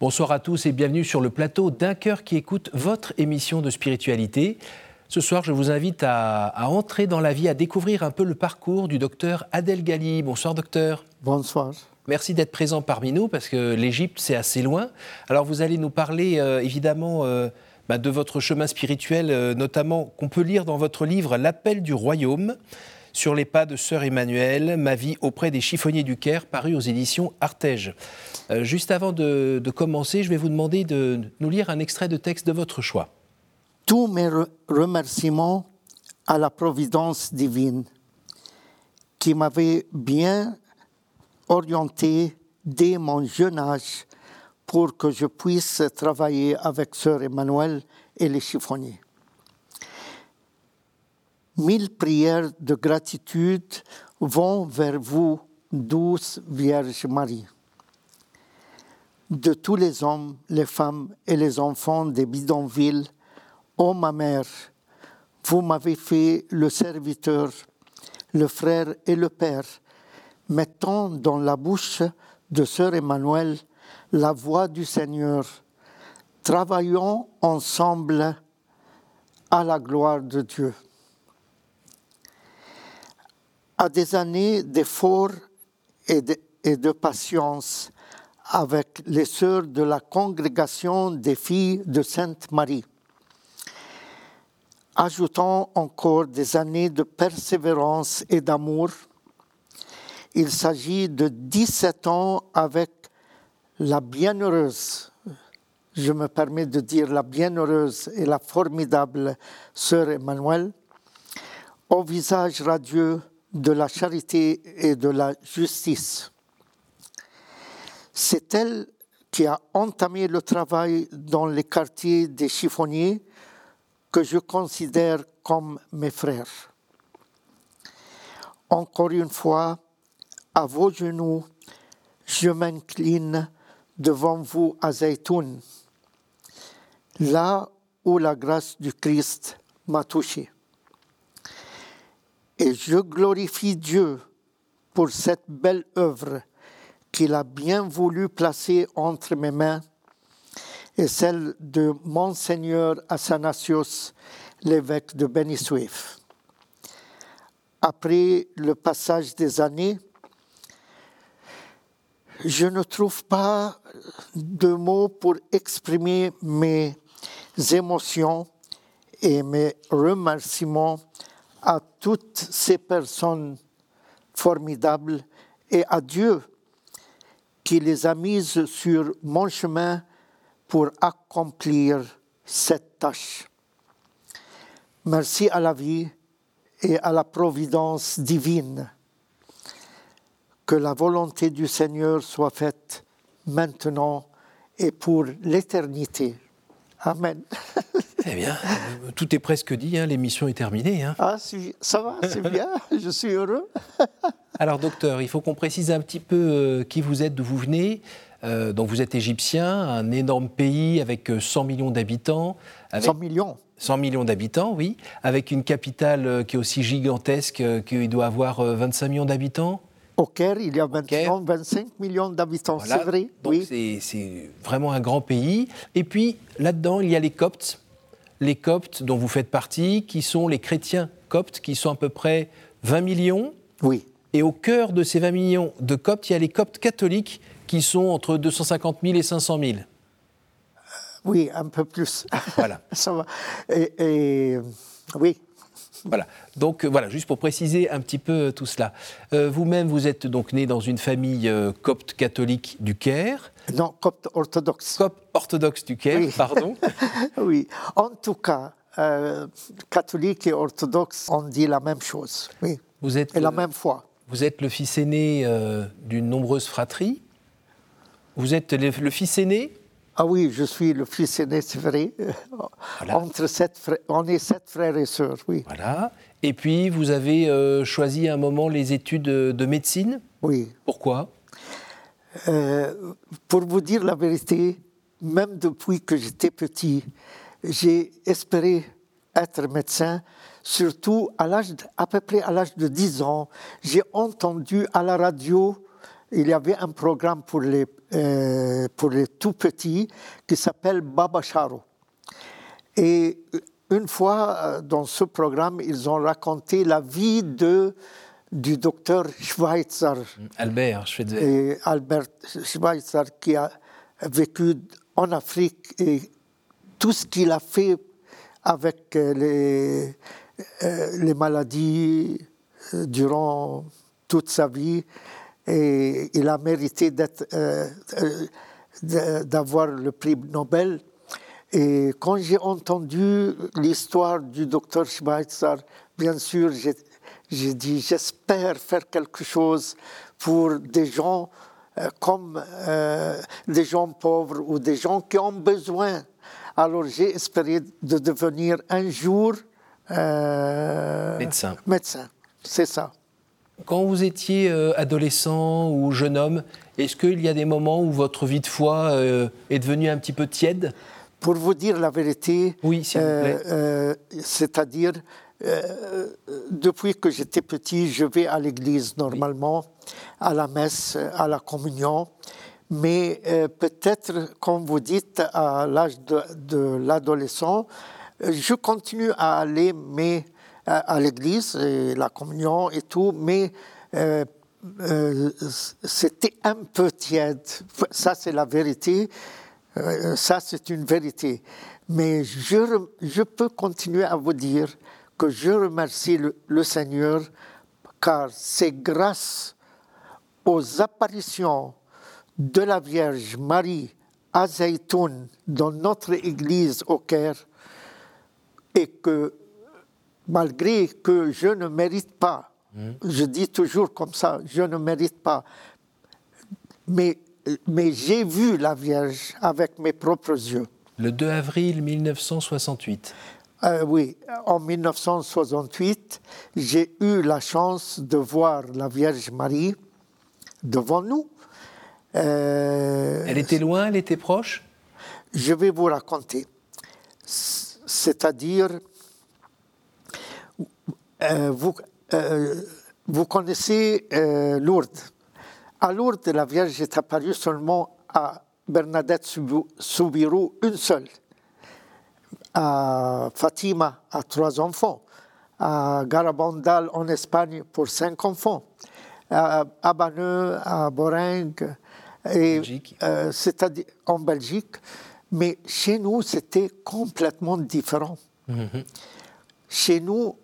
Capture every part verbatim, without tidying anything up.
Bonsoir à tous et bienvenue sur le plateau d'Un cœur qui écoute, votre émission de spiritualité. Ce soir, je vous invite à, à entrer dans la vie, à découvrir un peu le parcours du docteur Adel Ghali. Bonsoir docteur. Bonsoir. Merci d'être présent parmi nous parce que l'Égypte, c'est assez loin. Alors vous allez nous parler euh, évidemment euh, bah, de votre chemin spirituel, euh, notamment qu'on peut lire dans votre livre « L'appel du royaume ». Sur les pas de Sœur Emmanuelle, ma vie auprès des chiffonniers du Caire, paru aux éditions Artege. Euh, juste avant de, de commencer, je vais vous demander de nous lire un extrait de texte de votre choix. Tous mes remerciements à la providence divine qui m'avait bien orienté dès mon jeune âge pour que je puisse travailler avec Sœur Emmanuelle et les chiffonniers. Mille prières de gratitude vont vers vous, douce Vierge Marie. De tous les hommes, les femmes et les enfants des bidonvilles, ô ma mère, vous m'avez fait le serviteur, le frère et le père, mettant dans la bouche de Sœur Emmanuelle la voix du Seigneur. Travaillons ensemble à la gloire de Dieu. À des années d'efforts et de, et de patience avec les sœurs de la congrégation des filles de Sainte Marie. Ajoutons encore des années de persévérance et d'amour. Il s'agit de dix-sept ans avec la bienheureuse, je me permets de dire la bienheureuse et la formidable Sœur Emmanuelle, au visage radieux de la charité et de la justice. C'est elle qui a entamé le travail dans les quartiers des chiffonniers que je considère comme mes frères. Encore une fois, à vos genoux, je m'incline devant vous à Zaytoun, là où la grâce du Christ m'a touché. Et je glorifie Dieu pour cette belle œuvre qu'il a bien voulu placer entre mes mains et celle de Monseigneur Athanasios, l'évêque de Beni Suef. Après le passage des années, je ne trouve pas de mots pour exprimer mes émotions et mes remerciements à toutes ces personnes formidables et à Dieu qui les a mises sur mon chemin pour accomplir cette tâche. Merci à la vie et à la providence divine. Que la volonté du Seigneur soit faite maintenant et pour l'éternité. Amen. Eh bien, tout est presque dit, hein, l'émission est terminée. Hein. Ah, ça va, c'est bien, je suis heureux. Alors, docteur, il faut qu'on précise un petit peu euh, qui vous êtes, d'où vous venez. Euh, donc, vous êtes égyptien, un énorme pays avec cent millions d'habitants. Avec cent millions cent millions d'habitants, oui. Avec une capitale euh, qui est aussi gigantesque euh, qu'il doit avoir euh, vingt-cinq millions d'habitants. Au Caire, il y a maintenant vingt-cinq millions d'habitants, voilà. C'est vrai. Donc, oui. c'est, c'est vraiment un grand pays. Et puis, là-dedans, il y a les Coptes. Les Coptes dont vous faites partie, qui sont les chrétiens coptes, qui sont à peu près vingt millions. Oui. Et au cœur de ces vingt millions de Coptes, il y a les Coptes catholiques, qui sont entre deux cent cinquante mille et cinq cent mille. Oui, un peu plus. Voilà. Ça va. Et, et, oui. Voilà. Donc, voilà, juste pour préciser un petit peu tout cela. Euh, vous-même, vous êtes donc né dans une famille euh, copte catholique du Caire. Non, copte orthodoxe. Copte orthodoxe du Caire, oui. Pardon. Oui. En tout cas, euh, catholique et orthodoxe, on dit la même chose. Oui. Vous êtes et la même foi. Vous êtes le fils aîné euh, d'une nombreuse fratrie. Vous êtes le, le fils aîné. Ah oui, je suis le fils aîné, c'est vrai. Voilà. Entre sept frères, on est sept frères et sœurs, oui. Voilà. Et puis, vous avez euh, choisi à un moment les études de médecine. Oui. Pourquoi ? euh, Pour vous dire la vérité, même depuis que j'étais petit, j'ai espéré être médecin. Surtout à, l'âge de, à peu près à l'âge de dix ans, j'ai entendu à la radio il y avait un programme pour les, euh, pour les tout-petits qui s'appelle Baba Charo. Et une fois, dans ce programme, ils ont raconté la vie de, du docteur Schweitzer. Albert Schweitzer. Et Albert Schweitzer, qui a vécu en Afrique et tout ce qu'il a fait avec les, les maladies durant toute sa vie. Et il a mérité d'être, euh, d'avoir le prix Nobel. Et quand j'ai entendu l'histoire du docteur Schweitzer, bien sûr, j'ai, j'ai dit, j'espère faire quelque chose pour des gens euh, comme euh, des gens pauvres ou des gens qui ont besoin. Alors j'ai espéré de devenir un jour euh, médecin. Médecin, c'est ça. Quand vous étiez euh, adolescent ou jeune homme, est-ce qu'il y a des moments où votre vie de foi euh, est devenue un petit peu tiède ? Pour vous dire la vérité, oui, s'il vous plaît. Euh, euh, c'est-à-dire, euh, depuis que j'étais petit, je vais à l'église normalement, oui. à la messe, à la communion, mais euh, peut-être, comme vous dites, à l'âge de, de l'adolescent, je continue à aller mais, à, à l'église, et la communion et tout, mais euh, euh, c'était un peu tiède. Ça, c'est la vérité. Euh, ça, c'est une vérité. Mais je, je peux continuer à vous dire que je remercie le, le Seigneur, car c'est grâce aux apparitions de la Vierge Marie à Zaytoun dans notre église au Caire, et que malgré que je ne mérite pas, mmh. je dis toujours comme ça, je ne mérite pas, mais Mais j'ai vu la Vierge avec mes propres yeux. Le deux avril mille neuf cent soixante-huit. Euh, oui, en mille neuf cent soixante-huit, j'ai eu la chance de voir la Vierge Marie devant nous. Euh, elle était loin, elle était proche ? Je vais vous raconter. C'est-à-dire, euh, vous, euh, vous connaissez euh, Lourdes. À Lourdes, la Vierge est apparue seulement à Bernadette Soubirous, une seule. À Fatima, à trois enfants. À Garabandal, en Espagne, pour cinq enfants. À Abaneux, à Boringue, et, euh, c'est-à-dire en Belgique. Mais chez nous, c'était complètement différent. Mm-hmm. Chez nous,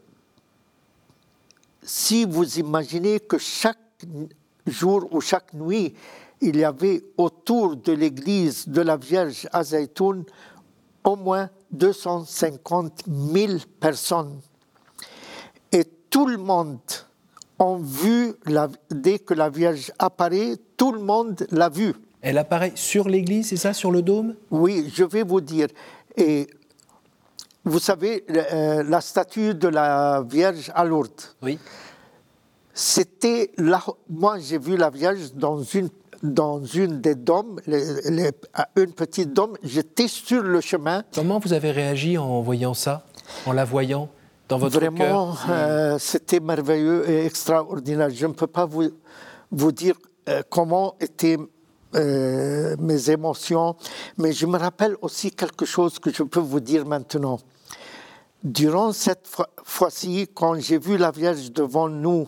si vous imaginez que chaque jour ou chaque nuit, il y avait autour de l'église de la Vierge à Zaytoun au moins deux cent cinquante mille personnes. Et tout le monde a vu, la, dès que la Vierge apparaît, tout le monde l'a vue. Elle apparaît sur l'église, c'est ça, sur le dôme ? Oui, je vais vous dire. Et vous savez, euh, la statue de la Vierge à Lourdes. Oui. C'était là, moi j'ai vu la Vierge dans une, dans une des dômes, les, les, une petite dôme, j'étais sur le chemin. Comment vous avez réagi en voyant ça, en la voyant dans votre Vraiment, cœur ? Vraiment, euh, c'était merveilleux et extraordinaire. Je ne peux pas vous, vous dire euh, comment étaient euh, mes émotions, mais je me rappelle aussi quelque chose que je peux vous dire maintenant. Durant cette fois-ci, quand j'ai vu la Vierge devant nous,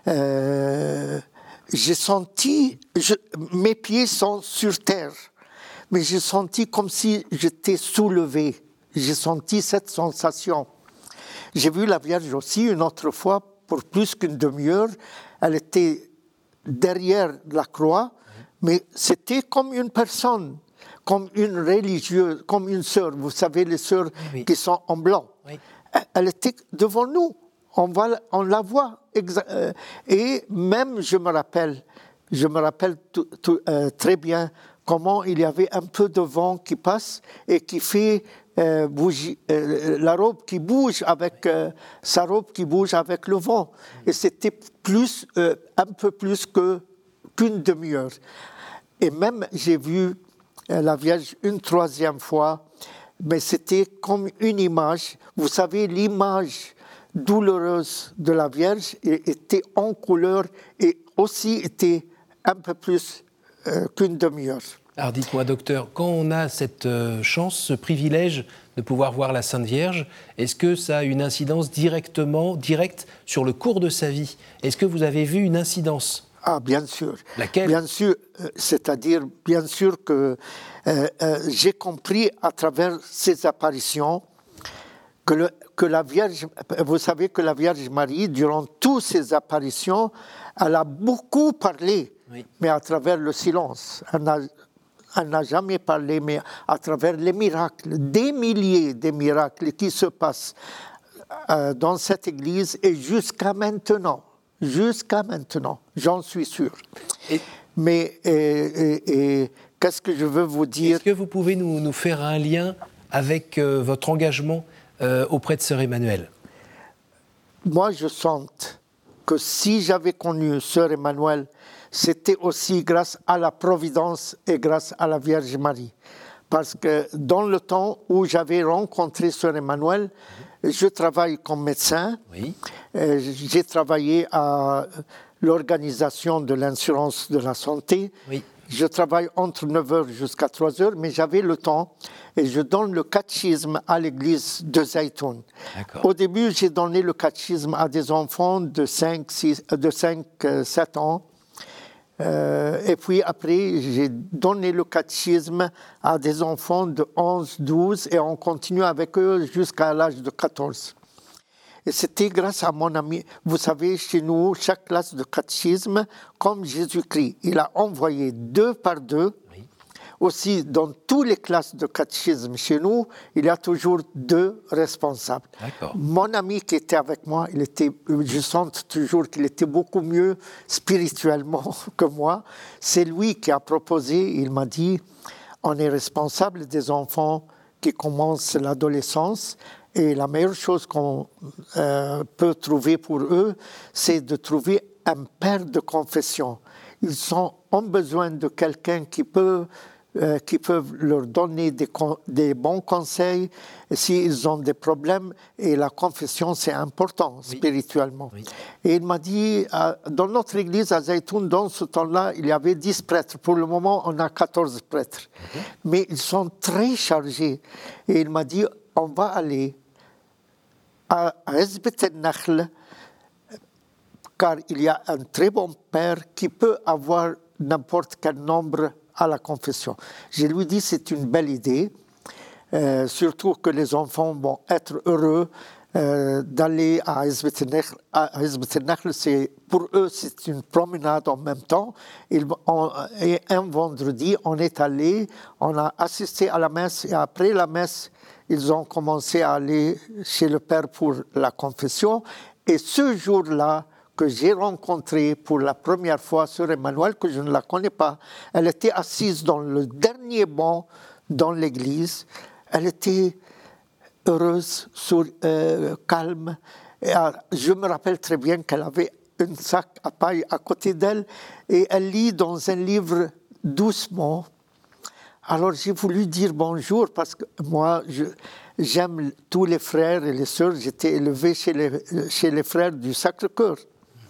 euh, j'ai senti, je, mes pieds sont sur terre, mais j'ai senti comme si j'étais soulevé. J'ai senti cette sensation. J'ai vu la Vierge aussi une autre fois, pour plus qu'une demi-heure. Elle était derrière la croix, mais c'était comme une personne, comme une religieuse, comme une sœur. Vous savez, les sœurs oui. qui sont en blanc. Oui. Elle était devant nous. On, va, on la voit. Et même, je me rappelle, je me rappelle tout, tout, euh, très bien comment il y avait un peu de vent qui passe et qui fait euh, bouger, euh, la robe qui bouge avec euh, sa robe qui bouge avec le vent. Et c'était plus, euh, un peu plus que, qu'une demi-heure. Et même, j'ai vu euh, la Vierge une troisième fois, mais c'était comme une image. Vous savez, l'image douloureuse de la Vierge était en couleur et aussi était un peu plus euh, qu'une demi-heure. Alors dites-moi, docteur, quand on a cette euh, chance, ce privilège de pouvoir voir la Sainte Vierge, est-ce que ça a une incidence directement, directe sur le cours de sa vie? Est-ce que vous avez vu une incidence? Ah, bien sûr. Laquelle? Bien sûr, euh, c'est-à-dire, bien sûr que euh, euh, j'ai compris à travers ces apparitions que, le, que la Vierge, vous savez que la Vierge Marie, durant toutes ces apparitions, elle a beaucoup parlé, oui. mais à travers le silence. Elle n'a, elle n'a jamais parlé, mais à travers les miracles, des milliers de miracles qui se passent euh, dans cette église et jusqu'à maintenant. Jusqu'à maintenant, j'en suis sûr. Et, Mais et, et, et, qu'est-ce que je veux vous dire? Est-ce que vous pouvez nous, nous faire un lien avec euh, votre engagement euh, auprès de Sœur Emmanuelle? Moi, je sens que si j'avais connu Sœur Emmanuelle, c'était aussi grâce à la Providence et grâce à la Vierge Marie. Parce que dans le temps où j'avais rencontré Sœur Emmanuelle, je travaille comme médecin. Oui. Euh, j'ai travaillé à l'organisation de l'assurance de la santé. Oui. Je travaille entre neuf heures jusqu'à trois heures, mais j'avais le temps et je donne le catéchisme à l'église de Zaytoun. Au début, j'ai donné le catéchisme à des enfants de cinq, sept ans. Euh, et puis après, j'ai donné le catéchisme à des enfants de onze, douze et on continue avec eux jusqu'à l'âge de quatorze. Et c'était grâce à mon ami. Vous savez, chez nous, chaque classe de catéchisme, comme Jésus-Christ, il a envoyé deux par deux. Oui. Aussi, dans toutes les classes de catéchisme chez nous, il y a toujours deux responsables. D'accord. Mon ami qui était avec moi, il était, je sens toujours qu'il était beaucoup mieux spirituellement que moi. C'est lui qui a proposé, il m'a dit, on est responsable des enfants qui commencent l'adolescence. Et la meilleure chose qu'on euh, peut trouver pour eux, c'est de trouver un père de confession. Ils sont, ont besoin de quelqu'un qui peut, euh, qui peut leur donner des, des bons conseils s'ils ont des problèmes. Et la confession, c'est important oui. spirituellement. Oui. Et il m'a dit, euh, dans notre église à Zaytoun, dans ce temps-là, il y avait dix prêtres. Pour le moment, on a quatorze prêtres. Okay. Mais ils sont très chargés. Et il m'a dit, on va aller à Ezbet el-Nakhl, car il y a un très bon père qui peut avoir n'importe quel nombre à la confession. Je lui dis c'est une belle idée, euh, surtout que les enfants vont être heureux euh, d'aller à Ezbet el-Nakhl. À Ezbet el-Nakhl, c'est, pour eux, c'est une promenade en même temps. Ils, on, et un vendredi, on est allé, on a assisté à la messe, et après la messe, ils ont commencé à aller chez le Père pour la confession. Et ce jour-là, que j'ai rencontré pour la première fois Sœur Emmanuelle, que je ne la connais pas, elle était assise dans le dernier banc dans l'église. Elle était heureuse, sur, euh, calme. Et, euh, je me rappelle très bien qu'elle avait un sac à paille à côté d'elle et elle lit dans un livre doucement. Alors j'ai voulu dire bonjour parce que moi, je, j'aime tous les frères et les sœurs. J'étais élevé chez les, chez les frères du Sacré-Cœur.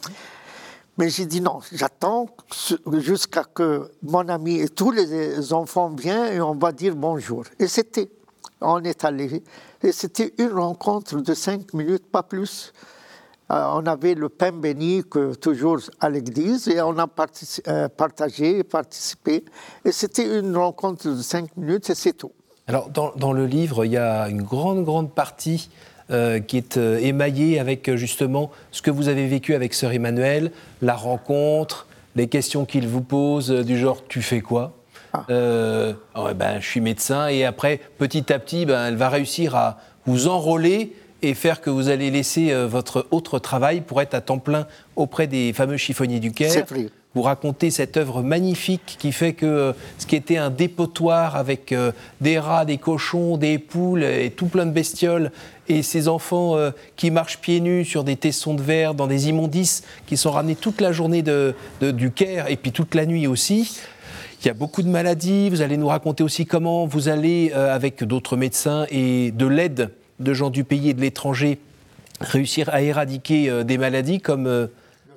Mais j'ai dit non, j'attends jusqu'à que mon ami et tous les enfants viennent et on va dire bonjour. Et c'était, on est allé. Et c'était une rencontre de cinq minutes, pas plus. Euh, on avait le pain béni que toujours à l'église et on a partici- euh, partagé, participé. Et c'était une rencontre de cinq minutes et c'est tout. Alors, dans, dans le livre, il y a une grande, grande partie euh, qui est euh, émaillée avec justement ce que vous avez vécu avec Sœur Emmanuelle, la rencontre, les questions qu'il vous pose, euh, du genre « tu fais quoi ?» ah. euh, oh, ben, je suis médecin. Et après, petit à petit, ben, elle va réussir à vous enrôler et faire que vous allez laisser euh, votre autre travail pour être à temps plein auprès des fameux chiffonniers du Caire. C'est vrai. Vous racontez cette œuvre magnifique qui fait que euh, ce qui était un dépotoir avec euh, des rats, des cochons, des poules et tout plein de bestioles et ces enfants euh, qui marchent pieds nus sur des tessons de verre dans des immondices qui sont ramenés toute la journée de, de, du Caire et puis toute la nuit aussi. Il y a beaucoup de maladies. Vous allez nous raconter aussi comment vous allez, euh, avec d'autres médecins et de l'aide de gens du pays et de l'étranger, réussir à éradiquer euh, des maladies comme... Euh,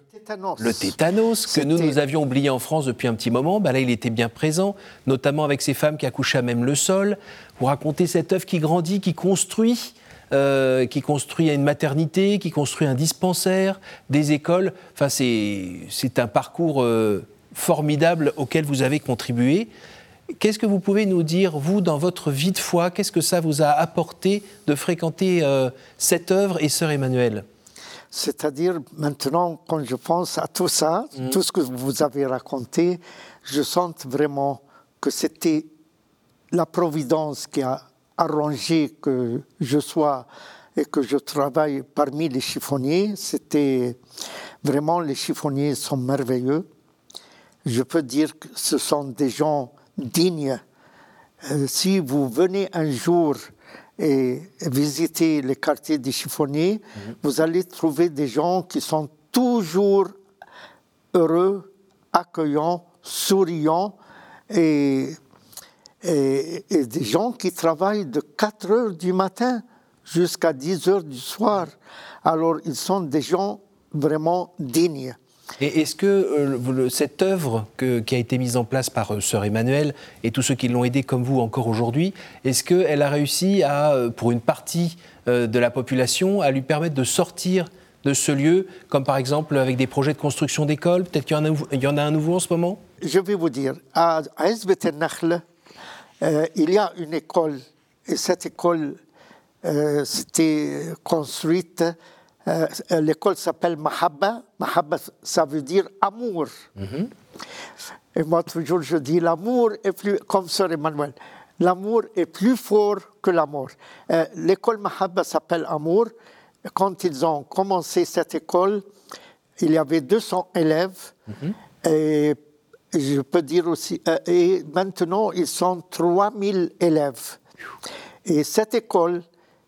tétanos, le tétanos que nous, nous avions oublié en France depuis un petit moment. Ben là, il était bien présent, notamment avec ces femmes qui accouchaient à même le sol. Vous racontez cette œuvre qui grandit, qui construit, euh, qui construit une maternité, qui construit un dispensaire, des écoles. Enfin, c'est, c'est un parcours euh, formidable auquel vous avez contribué. Qu'est-ce que vous pouvez nous dire, vous, dans votre vie de foi, qu'est-ce que ça vous a apporté de fréquenter euh, cette œuvre et Sœur Emmanuelle ? C'est-à-dire, maintenant, quand je pense à tout ça, mmh. tout ce que vous avez raconté, je sens vraiment que c'était la Providence qui a arrangé que je sois et que je travaille parmi les chiffonniers. C'était vraiment, les chiffonniers sont merveilleux. Je peux dire que ce sont des gens dignes. Euh, si vous venez un jour et visiter les quartiers des chiffonniers, mmh. vous allez trouver des gens qui sont toujours heureux, accueillants, souriants et, et, et des gens qui travaillent de quatre heures du matin jusqu'à dix heures du soir. Alors, ils sont des gens vraiment dignes. Et est-ce que euh, cette œuvre que, qui a été mise en place par euh, Sœur Emmanuelle et tous ceux qui l'ont aidée comme vous encore aujourd'hui, est-ce qu'elle a réussi à, euh, pour une partie euh, de la population, à lui permettre de sortir de ce lieu, comme par exemple avec des projets de construction d'écoles? Peut-être qu'il y en a, il y en a un nouveau en ce moment? Je vais vous dire, à Ezbet el-Nakhl, euh, il y a une école, et cette école, euh, c'était construite. Euh, l'école s'appelle Mahabba. Mahabba, ça veut dire amour. Mm-hmm. Et moi, toujours, je dis l'amour est plus, comme Sœur Emmanuelle, l'amour est plus fort que l'amour. Euh, l'école Mahabba s'appelle Amour. Quand ils ont commencé cette école, il y avait deux cents élèves. Mm-hmm. Et je peux dire aussi, euh, et maintenant, ils sont trois mille élèves. Et cette école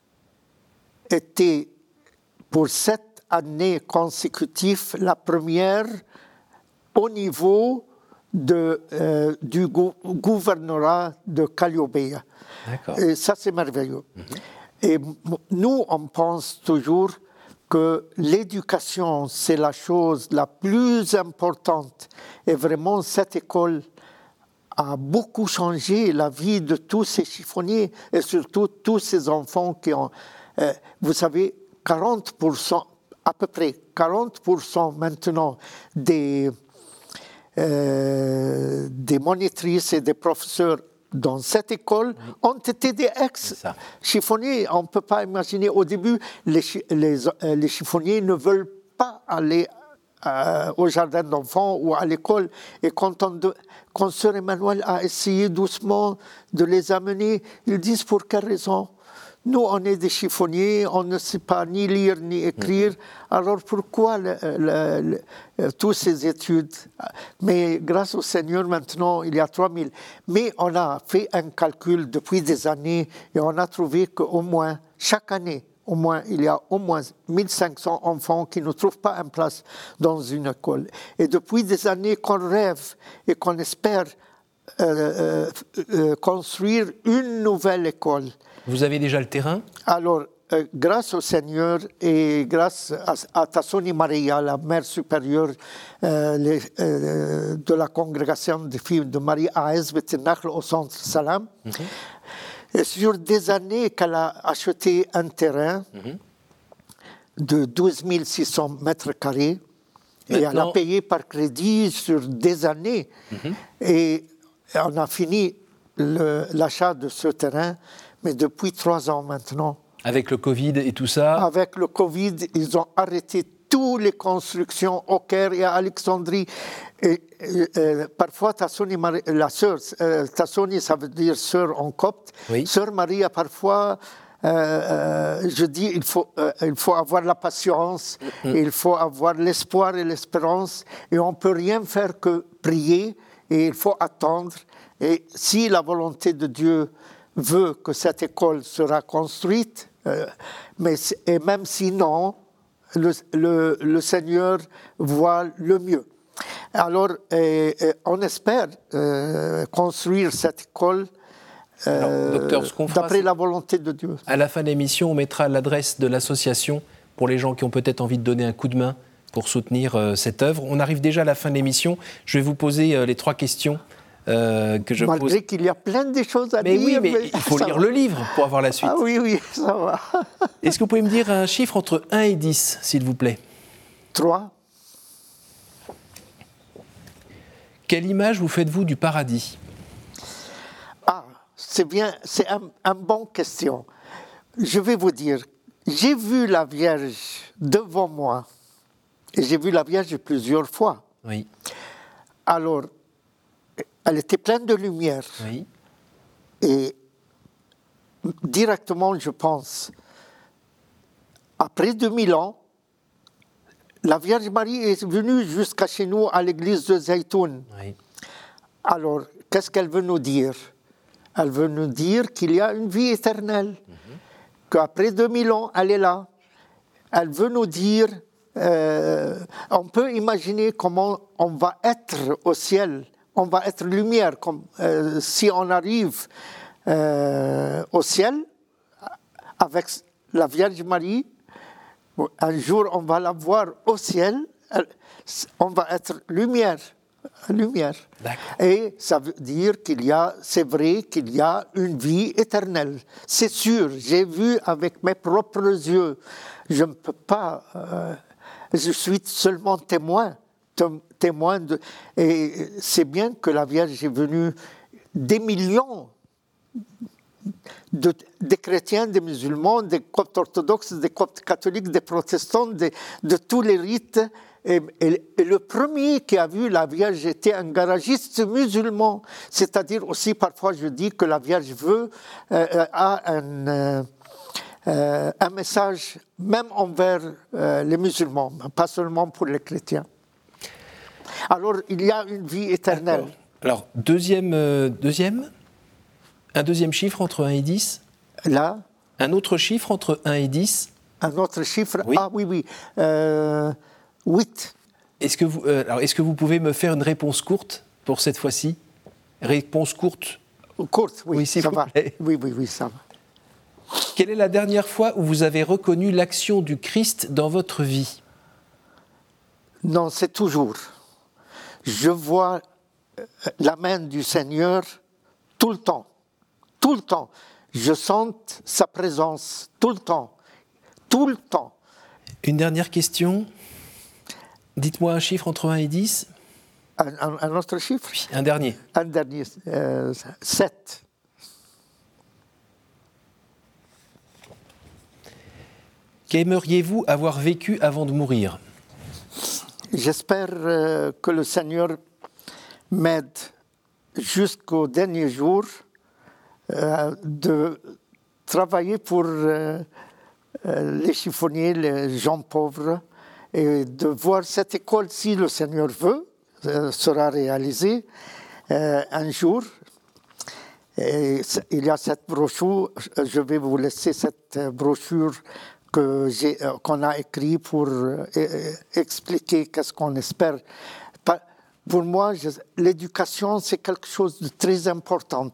était, pour sept années consécutives, la première au niveau de, euh, du gou- gouvernorat de Calliobeia. Et ça, c'est merveilleux. Mm-hmm. Et m- nous, on pense toujours que l'éducation, c'est la chose la plus importante. Et vraiment, cette école a beaucoup changé la vie de tous ces chiffonniers et surtout tous ces enfants qui ont... Euh, vous savez, quarante pour cent, à peu près quarante pour cent maintenant des, euh, des monitrices et des professeurs dans cette école ont été des ex-chiffonniers. On ne peut pas imaginer, au début, les, les, les chiffonniers ne veulent pas aller euh, au jardin d'enfants ou à l'école. Et quand, on de, quand Sœur Emmanuelle a essayé doucement de les amener, ils disent pour quelle raison ? Nous, on est des chiffonniers, on ne sait pas ni lire ni écrire, alors pourquoi le, le, le, toutes ces études? Mais grâce au Seigneur, maintenant, il y a trois mille. Mais on a fait un calcul depuis des années et on a trouvé qu'au moins, chaque année, au moins, il y a au moins mille cinq cents enfants qui ne trouvent pas une place dans une école. Et depuis des années qu'on rêve et qu'on espère euh, euh, construire une nouvelle école. Vous avez déjà le terrain? Alors, euh, grâce au Seigneur et grâce à, à Tassoni Maria, la mère supérieure euh, les, euh, de la congrégation des filles de Marie à Ezbet el-Nakhl au centre Salam, mm-hmm. et sur des années qu'elle a acheté un terrain mm-hmm. de douze mille six cents mètres carrés, Maintenant... et elle a payé par crédit sur des années. Mm-hmm. Et on a fini le, l'achat de ce terrain. Mais depuis trois ans maintenant. Avec le Covid et tout ça? Avec le Covid, ils ont arrêté toutes les constructions au Caire et à Alexandrie. Et, et, et, parfois, Tassoni, la sœur, euh, Tassoni, ça veut dire sœur en copte. Oui. Sœur Maria, parfois, euh, euh, je dis, il faut, euh, il faut avoir la patience, mm-hmm. il faut avoir l'espoir et l'espérance, et on ne peut rien faire que prier, et il faut attendre. Et si la volonté de Dieu veut que cette école sera construite, euh, mais et même sinon, le, le, le Seigneur voit le mieux. Alors, euh, on espère euh, construire cette école euh, Alors, docteur, ce qu'on fera, d'après la volonté de Dieu. À la fin de l'émission, on mettra l'adresse de l'association pour les gens qui ont peut-être envie de donner un coup de main pour soutenir euh, cette œuvre. On arrive déjà à la fin de l'émission. Je vais vous poser euh, les trois questions euh, que je Malgré pose. Malgré qu'il y a plein de choses à mais dire. Oui, mais, mais il faut lire va. le livre pour avoir la suite. Ah oui, oui, ça va. Est-ce que vous pouvez me dire un chiffre entre un et dix, s'il vous plaît? Trois. Quelle image vous faites-vous du paradis? Ah, c'est bien, c'est un, un bon question. Je vais vous dire, j'ai vu la Vierge devant moi, et j'ai vu la Vierge plusieurs fois. Oui. Alors, elle était pleine de lumière. Oui. Et directement, je pense, après deux mille ans, la Vierge Marie est venue jusqu'à chez nous à l'église de Zaytoun. Oui. Alors, qu'est-ce qu'elle veut nous dire? Elle veut nous dire qu'il y a une vie éternelle, mm-hmm. qu'après deux mille ans, elle est là. Elle veut nous dire, euh, on peut imaginer comment on va être au ciel, on va être lumière, comme, euh, si on arrive euh, au ciel avec la Vierge Marie. Un jour, on va la voir au ciel, on va être lumière. lumière. Et ça veut dire qu'il y a, c'est vrai qu'il y a une vie éternelle. C'est sûr, j'ai vu avec mes propres yeux. Je ne peux pas, euh, je suis seulement témoin, témoin de, et c'est bien que la Vierge est venue des millions De, des chrétiens, des musulmans, des coptes orthodoxes, des coptes catholiques, des protestants, de, de tous les rites. Et, et, et le premier qui a vu la Vierge était un garagiste musulman. C'est-à-dire aussi, parfois, je dis que la Vierge veut, euh, a un, euh, euh, un message même envers euh, les musulmans, pas seulement pour les chrétiens. Alors, il y a une vie éternelle. D'accord. Alors, deuxième, euh, deuxième Un deuxième chiffre entre un et dix? Là. Un autre chiffre entre un et dix? Un autre chiffre? Oui. Ah oui, oui. Euh, huit. Est-ce que, vous, euh, alors, est-ce que vous pouvez me faire une réponse courte pour cette fois-ci? Réponse courte? Courte, oui, oui s'il ça vous va. plaît. Oui, oui, oui, ça va. Quelle est la dernière fois où vous avez reconnu l'action du Christ dans votre vie? Non, c'est toujours. Je vois la main du Seigneur tout le temps. Tout le temps. Je sens sa présence tout le temps. Tout le temps. Une dernière question. Dites-moi un chiffre entre un et dix. Un, un, un autre chiffre? Oui, un dernier. Un dernier. Euh, sept. Qu'aimeriez-vous avoir vécu avant de mourir? J'espère euh, que le Seigneur m'aide jusqu'au dernier jour Euh, de travailler pour euh, euh, les chiffonniers, les gens pauvres, et de voir cette école, si le Seigneur veut, euh, sera réalisée euh, un jour. Et il y a cette brochure, je vais vous laisser cette brochure que j'ai, euh, qu'on a écrite pour euh, expliquer qu'est-ce qu'on espère. Pour moi, je, l'éducation, c'est quelque chose de très important.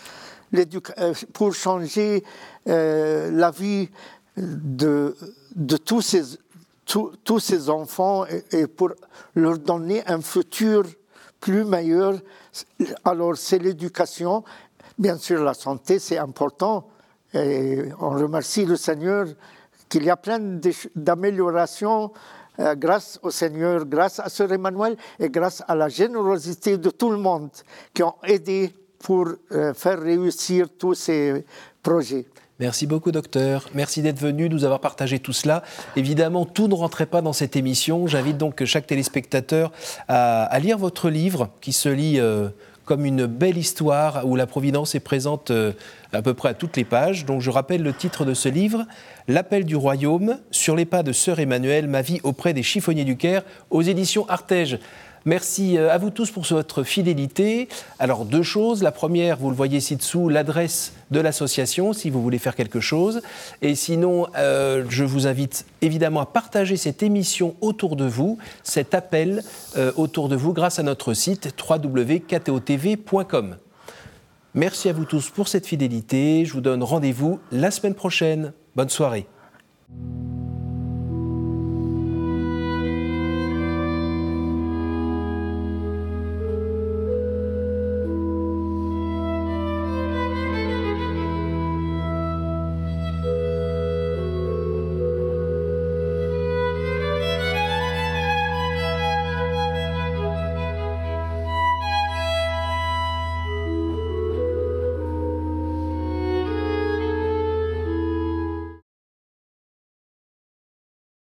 Pour changer euh, la vie de, de tous, ces, tous, tous ces enfants et, et pour leur donner un futur plus meilleur. Alors, c'est l'éducation. Bien sûr, la santé, c'est important. Et on remercie le Seigneur qu'il y a plein d'améliorations euh, grâce au Seigneur, grâce à Sœur Emmanuel et grâce à la générosité de tout le monde qui ont aidé pour euh, faire réussir tous ces projets. Merci beaucoup, docteur. Merci d'être venu, de nous avoir partagé tout cela. Évidemment, tout ne rentrait pas dans cette émission. J'invite donc chaque téléspectateur à, à lire votre livre, qui se lit euh, comme une belle histoire, où la Providence est présente euh, à peu près à toutes les pages. Donc, je rappelle le titre de ce livre, « L'appel du royaume, sur les pas de Sœur Emmanuel, ma vie auprès des chiffonniers du Caire », aux éditions Artege. Merci à vous tous pour votre fidélité. Alors, deux choses. La première, vous le voyez ci-dessous, l'adresse de l'association, si vous voulez faire quelque chose. Et sinon, euh, je vous invite évidemment à partager cette émission autour de vous, cet appel euh, autour de vous, grâce à notre site w w w point k t o t v point com. Merci à vous tous pour cette fidélité. Je vous donne rendez-vous la semaine prochaine. Bonne soirée.